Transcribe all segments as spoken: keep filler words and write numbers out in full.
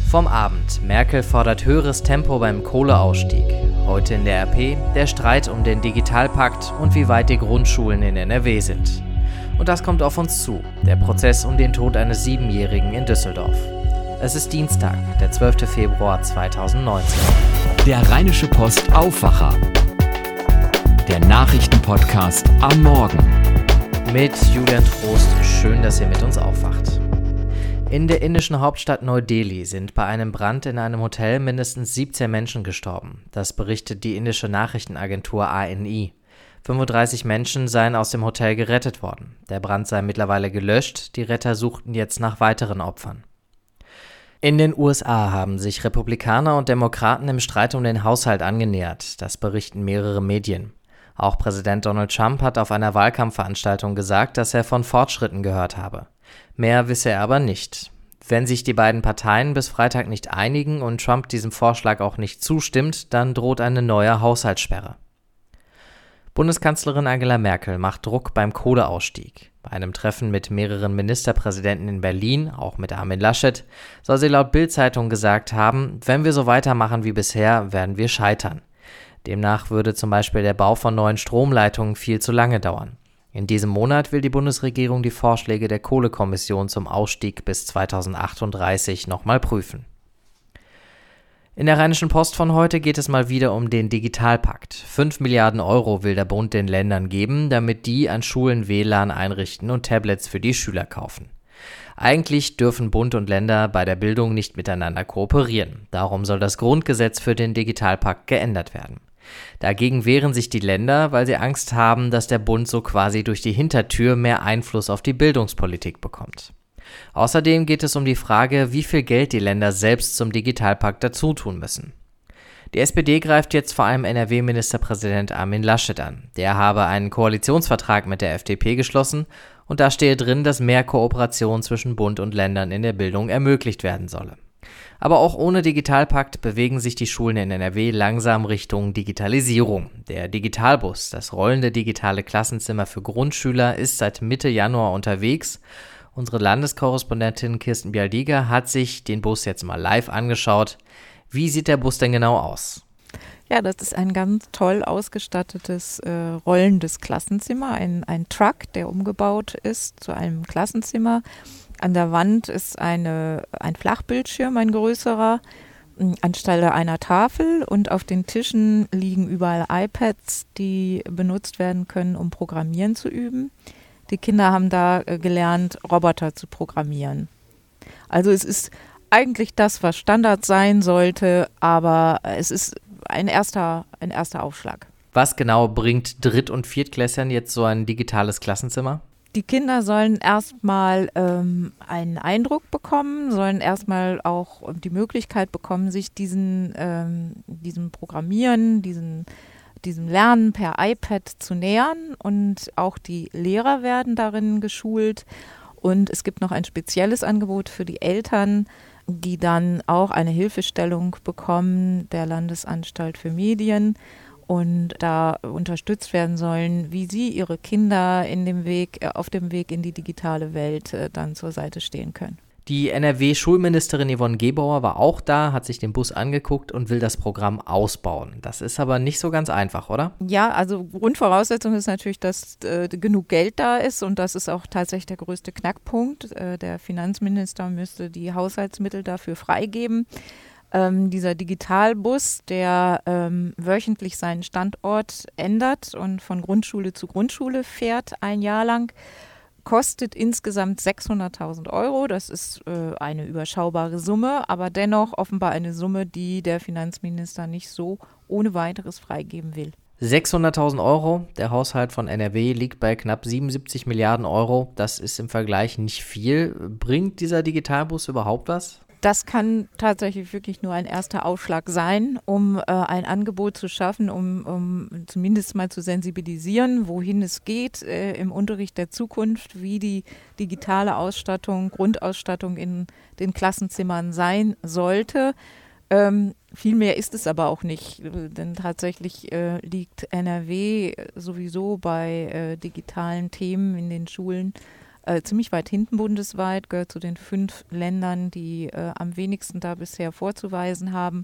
Vom Abend. Merkel fordert höheres Tempo beim Kohleausstieg. Heute in der R P der Streit um den Digitalpakt und wie weit die Grundschulen in N R W sind. Und das kommt auf uns zu. Der Prozess um den Tod eines Siebenjährigen in Düsseldorf. Es ist Dienstag, der zwölfte Februar zweitausendneunzehn. Der Rheinische Post Aufwacher. Der Nachrichtenpodcast am Morgen. Mit Julian Trost. Schön, dass ihr mit uns aufwacht. In der indischen Hauptstadt Neu-Delhi sind bei einem Brand in einem Hotel mindestens siebzehn Menschen gestorben. Das berichtet die indische Nachrichtenagentur A N I. fünfunddreißig Menschen seien aus dem Hotel gerettet worden. Der Brand sei mittlerweile gelöscht. Die Retter suchten jetzt nach weiteren Opfern. In den U S A haben sich Republikaner und Demokraten im Streit um den Haushalt angenähert. Das berichten mehrere Medien. Auch Präsident Donald Trump hat auf einer Wahlkampfveranstaltung gesagt, dass er von Fortschritten gehört habe. Mehr wisse er aber nicht. Wenn sich die beiden Parteien bis Freitag nicht einigen und Trump diesem Vorschlag auch nicht zustimmt, dann droht eine neue Haushaltssperre. Bundeskanzlerin Angela Merkel macht Druck beim Kohleausstieg. Bei einem Treffen mit mehreren Ministerpräsidenten in Berlin, auch mit Armin Laschet, soll sie laut Bild-Zeitung gesagt haben, wenn wir so weitermachen wie bisher, werden wir scheitern. Demnach würde zum Beispiel der Bau von neuen Stromleitungen viel zu lange dauern. In diesem Monat will die Bundesregierung die Vorschläge der Kohlekommission zum Ausstieg bis zweitausendachtunddreißig nochmal prüfen. In der Rheinischen Post von heute geht es mal wieder um den Digitalpakt. Fünf Milliarden Euro will der Bund den Ländern geben, damit die an Schulen W L A N einrichten und Tablets für die Schüler kaufen. Eigentlich dürfen Bund und Länder bei der Bildung nicht miteinander kooperieren. Darum soll das Grundgesetz für den Digitalpakt geändert werden. Dagegen wehren sich die Länder, weil sie Angst haben, dass der Bund so quasi durch die Hintertür mehr Einfluss auf die Bildungspolitik bekommt. Außerdem geht es um die Frage, wie viel Geld die Länder selbst zum Digitalpakt dazutun müssen. Die S P D greift jetzt vor allem N R W-Ministerpräsident Armin Laschet an. Der habe einen Koalitionsvertrag mit der F D P geschlossen und da stehe drin, dass mehr Kooperation zwischen Bund und Ländern in der Bildung ermöglicht werden solle. Aber auch ohne Digitalpakt bewegen sich die Schulen in N R W langsam Richtung Digitalisierung. Der Digitalbus, das rollende digitale Klassenzimmer für Grundschüler, ist seit Mitte Januar unterwegs. Unsere Landeskorrespondentin Kirsten Bialdiger hat sich den Bus jetzt mal live angeschaut. Wie sieht der Bus denn genau aus? Ja, das ist ein ganz toll ausgestattetes, äh, rollendes Klassenzimmer, ein, ein Truck, der umgebaut ist zu einem Klassenzimmer. An der Wand ist eine, ein Flachbildschirm, ein größerer, anstelle einer Tafel, und auf den Tischen liegen überall iPads, die benutzt werden können, um Programmieren zu üben. Die Kinder haben da äh, gelernt, Roboter zu programmieren. Also es ist eigentlich das, was Standard sein sollte, aber es ist ein erster, ein erster Aufschlag. Was genau bringt Dritt- und Viertklässlern jetzt so ein digitales Klassenzimmer? Die Kinder sollen erstmal ähm, einen Eindruck bekommen, sollen erstmal auch die Möglichkeit bekommen, sich diesen, ähm, diesem Programmieren, diesen, diesem Lernen per iPad zu nähern, und auch die Lehrer werden darin geschult. Und es gibt noch ein spezielles Angebot für die Eltern, die dann auch eine Hilfestellung bekommen der Landesanstalt für Medien und da unterstützt werden sollen, wie sie ihre Kinder in dem Weg, auf dem Weg in die digitale Welt äh, dann zur Seite stehen können. Die N R W-Schulministerin Yvonne Gebauer war auch da, hat sich den Bus angeguckt und will das Programm ausbauen. Das ist aber nicht so ganz einfach, oder? Ja, also Grundvoraussetzung ist natürlich, dass äh, genug Geld da ist, und das ist auch tatsächlich der größte Knackpunkt. Äh, der Finanzminister müsste die Haushaltsmittel dafür freigeben. Ähm, dieser Digitalbus, der ähm, wöchentlich seinen Standort ändert und von Grundschule zu Grundschule fährt, ein Jahr lang, kostet insgesamt sechshunderttausend Euro. Das ist äh, eine überschaubare Summe, aber dennoch offenbar eine Summe, die der Finanzminister nicht so ohne weiteres freigeben will. sechshunderttausend Euro, der Haushalt von N R W liegt bei knapp siebenundsiebzig Milliarden Euro. Das ist im Vergleich nicht viel. Bringt dieser Digitalbus überhaupt was? Das kann tatsächlich wirklich nur ein erster Aufschlag sein, um äh, ein Angebot zu schaffen, um, um zumindest mal zu sensibilisieren, wohin es geht äh, im Unterricht der Zukunft, wie die digitale Ausstattung, Grundausstattung in den Klassenzimmern sein sollte. Ähm, viel mehr ist es aber auch nicht, denn tatsächlich äh, liegt N R W sowieso bei äh, digitalen Themen in den Schulen äh, ziemlich weit hinten bundesweit, gehört zu den fünf Ländern, die äh, am wenigsten da bisher vorzuweisen haben.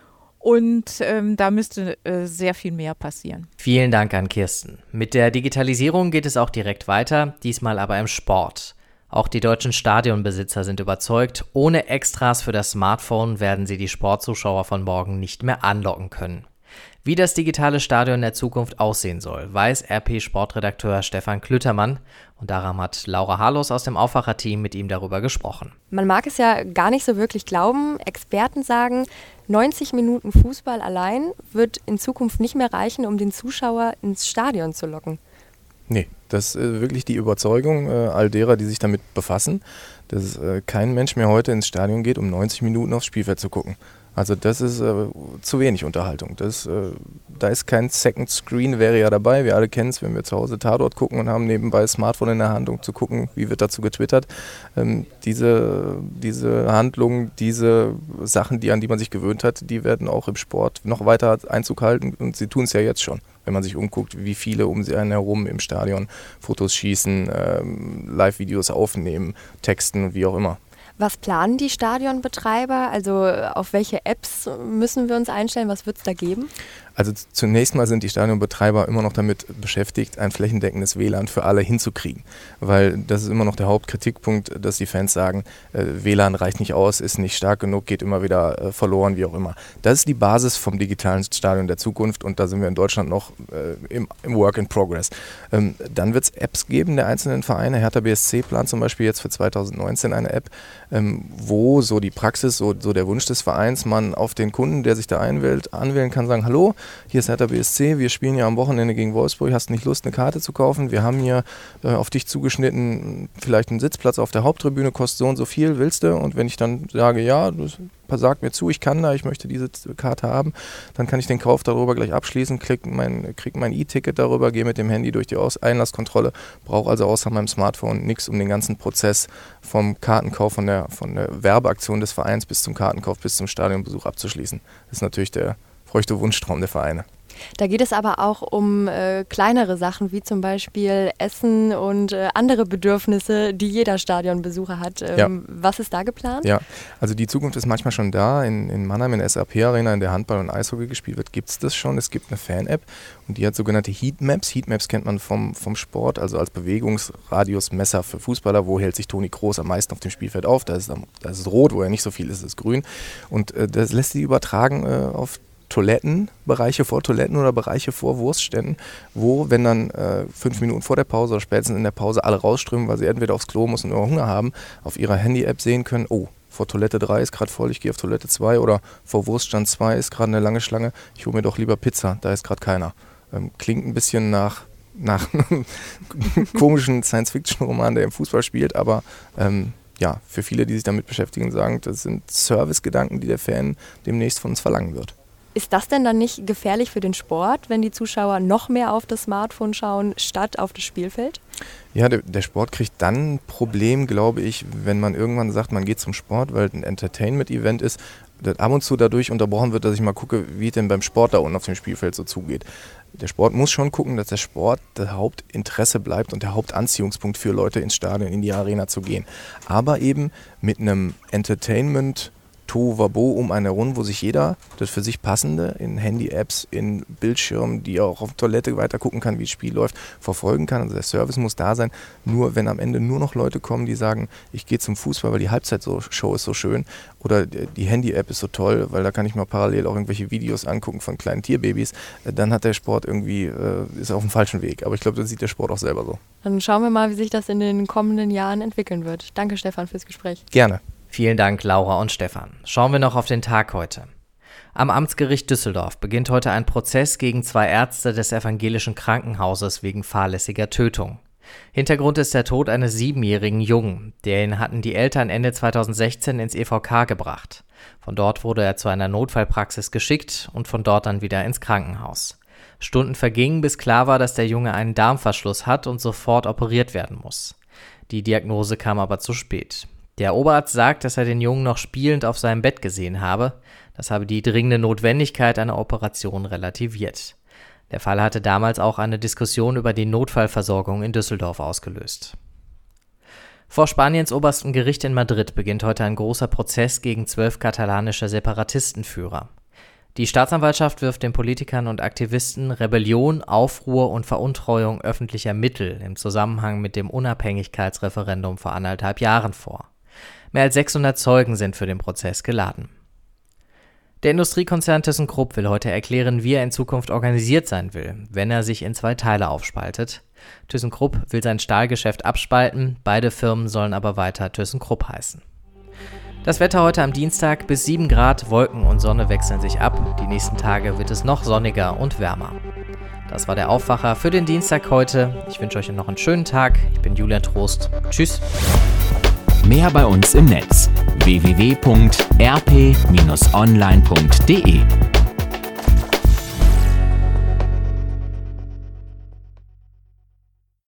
Und ähm, da müsste äh, sehr viel mehr passieren. Vielen Dank an Kirsten. Mit der Digitalisierung geht es auch direkt weiter, diesmal aber im Sport. Auch die deutschen Stadionbesitzer sind überzeugt, ohne Extras für das Smartphone werden sie die Sportzuschauer von morgen nicht mehr anlocken können. Wie das digitale Stadion der Zukunft aussehen soll, weiß R P-Sportredakteur Stefan Klüttermann. Und daran hat Laura Harlos aus dem Aufwacher-Team mit ihm darüber gesprochen. Man mag es ja gar nicht so wirklich glauben. Experten sagen, neunzig Minuten Fußball allein wird in Zukunft nicht mehr reichen, um den Zuschauer ins Stadion zu locken. Nee, das ist äh, wirklich die Überzeugung äh, all derer, die sich damit befassen, dass äh, kein Mensch mehr heute ins Stadion geht, um neunzig Minuten aufs Spielfeld zu gucken. Also das ist äh, zu wenig Unterhaltung. Das, äh, da ist kein Second Screen, wäre ja dabei. Wir alle kennen es, wenn wir zu Hause Tatort gucken und haben nebenbei das Smartphone in der Hand, um zu gucken, wie wird dazu getwittert. Ähm, diese, diese Handlungen, diese Sachen, die, an die man sich gewöhnt hat, die werden auch im Sport noch weiter Einzug halten und sie tun es ja jetzt schon. Wenn man sich umguckt, wie viele um sie einen herum im Stadion Fotos schießen, ähm, Live-Videos aufnehmen, texten, wie auch immer. Was planen die Stadionbetreiber? Also auf welche Apps müssen wir uns einstellen? Was wird es da geben? Also zunächst mal sind die Stadionbetreiber immer noch damit beschäftigt, ein flächendeckendes W L A N für alle hinzukriegen. Weil das ist immer noch der Hauptkritikpunkt, dass die Fans sagen, äh, W L A N reicht nicht aus, ist nicht stark genug, geht immer wieder äh, verloren, wie auch immer. Das ist die Basis vom digitalen Stadion der Zukunft und da sind wir in Deutschland noch äh, im, im Work in Progress. Ähm, dann wird es Apps geben der einzelnen Vereine. Hertha B S C plant zum Beispiel jetzt für zwanzig neunzehn eine App, ähm, wo so die Praxis, so, so der Wunsch des Vereins, man auf den Kunden, der sich da einwählt, anwählen kann, sagen, hallo, hier ist Hertha B S C, wir spielen ja am Wochenende gegen Wolfsburg, hast nicht Lust, eine Karte zu kaufen? Wir haben hier äh, auf dich zugeschnitten vielleicht einen Sitzplatz auf der Haupttribüne, kostet so und so viel, willst du? Und wenn ich dann sage, ja, das sagt mir zu, ich kann da, ich möchte diese Karte haben, dann kann ich den Kauf darüber gleich abschließen, krieg mein, krieg mein E-Ticket darüber, gehe mit dem Handy durch die Aus- Einlasskontrolle, brauche also außer meinem Smartphone nichts, um den ganzen Prozess vom Kartenkauf, von der, von der Werbeaktion des Vereins bis zum Kartenkauf, bis zum Stadionbesuch abzuschließen. Das ist natürlich der feuchte Wunschtraum der Vereine. Da geht es aber auch um äh, kleinere Sachen, wie zum Beispiel Essen und äh, andere Bedürfnisse, die jeder Stadionbesucher hat. Ähm, ja. Was ist da geplant? Ja, also die Zukunft ist manchmal schon da. In, in Mannheim, in der S A P-Arena, in der Handball und Eishockey gespielt wird, gibt es das schon. Es gibt eine Fan-App und die hat sogenannte Heatmaps. Heatmaps kennt man vom, vom Sport, also als Bewegungsradiusmesser für Fußballer. Wo hält sich Toni Kroos am meisten auf dem Spielfeld auf? Da ist, da ist es rot, wo er nicht so viel ist, ist es grün. Und äh, das lässt sich übertragen äh, auf Toiletten, Bereiche vor Toiletten oder Bereiche vor Wurstständen, wo, wenn dann äh, fünf Minuten vor der Pause oder spätestens in der Pause alle rausströmen, weil sie entweder aufs Klo müssen oder Hunger haben, auf ihrer Handy-App sehen können, oh, vor Toilette drei ist gerade voll, ich gehe auf Toilette zwei oder vor Wurststand zwei ist gerade eine lange Schlange, ich hole mir doch lieber Pizza, da ist gerade keiner. Ähm, klingt ein bisschen nach, nach einem komischen Science-Fiction-Roman, der im Fußball spielt, aber ähm, ja, für viele, die sich damit beschäftigen, sagen, das sind Service-Gedanken, die der Fan demnächst von uns verlangen wird. Ist das denn dann nicht gefährlich für den Sport, wenn die Zuschauer noch mehr auf das Smartphone schauen, statt auf das Spielfeld? Ja, der, der Sport kriegt dann ein Problem, glaube ich, wenn man irgendwann sagt, man geht zum Sport, weil ein Entertainment-Event ist, das ab und zu dadurch unterbrochen wird, dass ich mal gucke, wie es denn beim Sport da unten auf dem Spielfeld so zugeht. Der Sport muss schon gucken, dass der Sport das Hauptinteresse bleibt und der Hauptanziehungspunkt für Leute ins Stadion, in die Arena zu gehen. Aber eben mit einem Entertainment Tohuwabo um einen herum, wo sich jeder das für sich passende in Handy-Apps, in Bildschirmen, die auch auf Toilette weiter gucken kann, wie das Spiel läuft, verfolgen kann. Also der Service muss da sein. Nur wenn am Ende nur noch Leute kommen, die sagen, ich gehe zum Fußball, weil die Halbzeitshow ist so schön oder die Handy-App ist so toll, weil da kann ich mir parallel auch irgendwelche Videos angucken von kleinen Tierbabys, dann hat der Sport irgendwie, äh, ist auf dem falschen Weg. Aber ich glaube, das sieht der Sport auch selber so. Dann schauen wir mal, wie sich das in den kommenden Jahren entwickeln wird. Danke, Stefan, fürs Gespräch. Gerne. Vielen Dank, Laura und Stefan. Schauen wir noch auf den Tag heute. Am Amtsgericht Düsseldorf beginnt heute ein Prozess gegen zwei Ärzte des evangelischen Krankenhauses wegen fahrlässiger Tötung. Hintergrund ist der Tod eines siebenjährigen Jungen. Den hatten die Eltern Ende zweitausendsechzehn ins E V K gebracht. Von dort wurde er zu einer Notfallpraxis geschickt und von dort dann wieder ins Krankenhaus. Stunden vergingen, bis klar war, dass der Junge einen Darmverschluss hat und sofort operiert werden muss. Die Diagnose kam aber zu spät. Der Oberarzt sagt, dass er den Jungen noch spielend auf seinem Bett gesehen habe. Das habe die dringende Notwendigkeit einer Operation relativiert. Der Fall hatte damals auch eine Diskussion über die Notfallversorgung in Düsseldorf ausgelöst. Vor Spaniens oberstem Gericht in Madrid beginnt heute ein großer Prozess gegen zwölf katalanische Separatistenführer. Die Staatsanwaltschaft wirft den Politikern und Aktivisten Rebellion, Aufruhr und Veruntreuung öffentlicher Mittel im Zusammenhang mit dem Unabhängigkeitsreferendum vor anderthalb Jahren vor. Mehr als sechshundert Zeugen sind für den Prozess geladen. Der Industriekonzern ThyssenKrupp will heute erklären, wie er in Zukunft organisiert sein will, wenn er sich in zwei Teile aufspaltet. ThyssenKrupp will sein Stahlgeschäft abspalten, beide Firmen sollen aber weiter ThyssenKrupp heißen. Das Wetter heute am Dienstag: bis sieben Grad, Wolken und Sonne wechseln sich ab. Die nächsten Tage wird es noch sonniger und wärmer. Das war der Aufwacher für den Dienstag heute. Ich wünsche euch noch einen schönen Tag. Ich bin Julian Trost. Tschüss. Mehr bei uns im Netz: w w w punkt r p dash online punkt d e.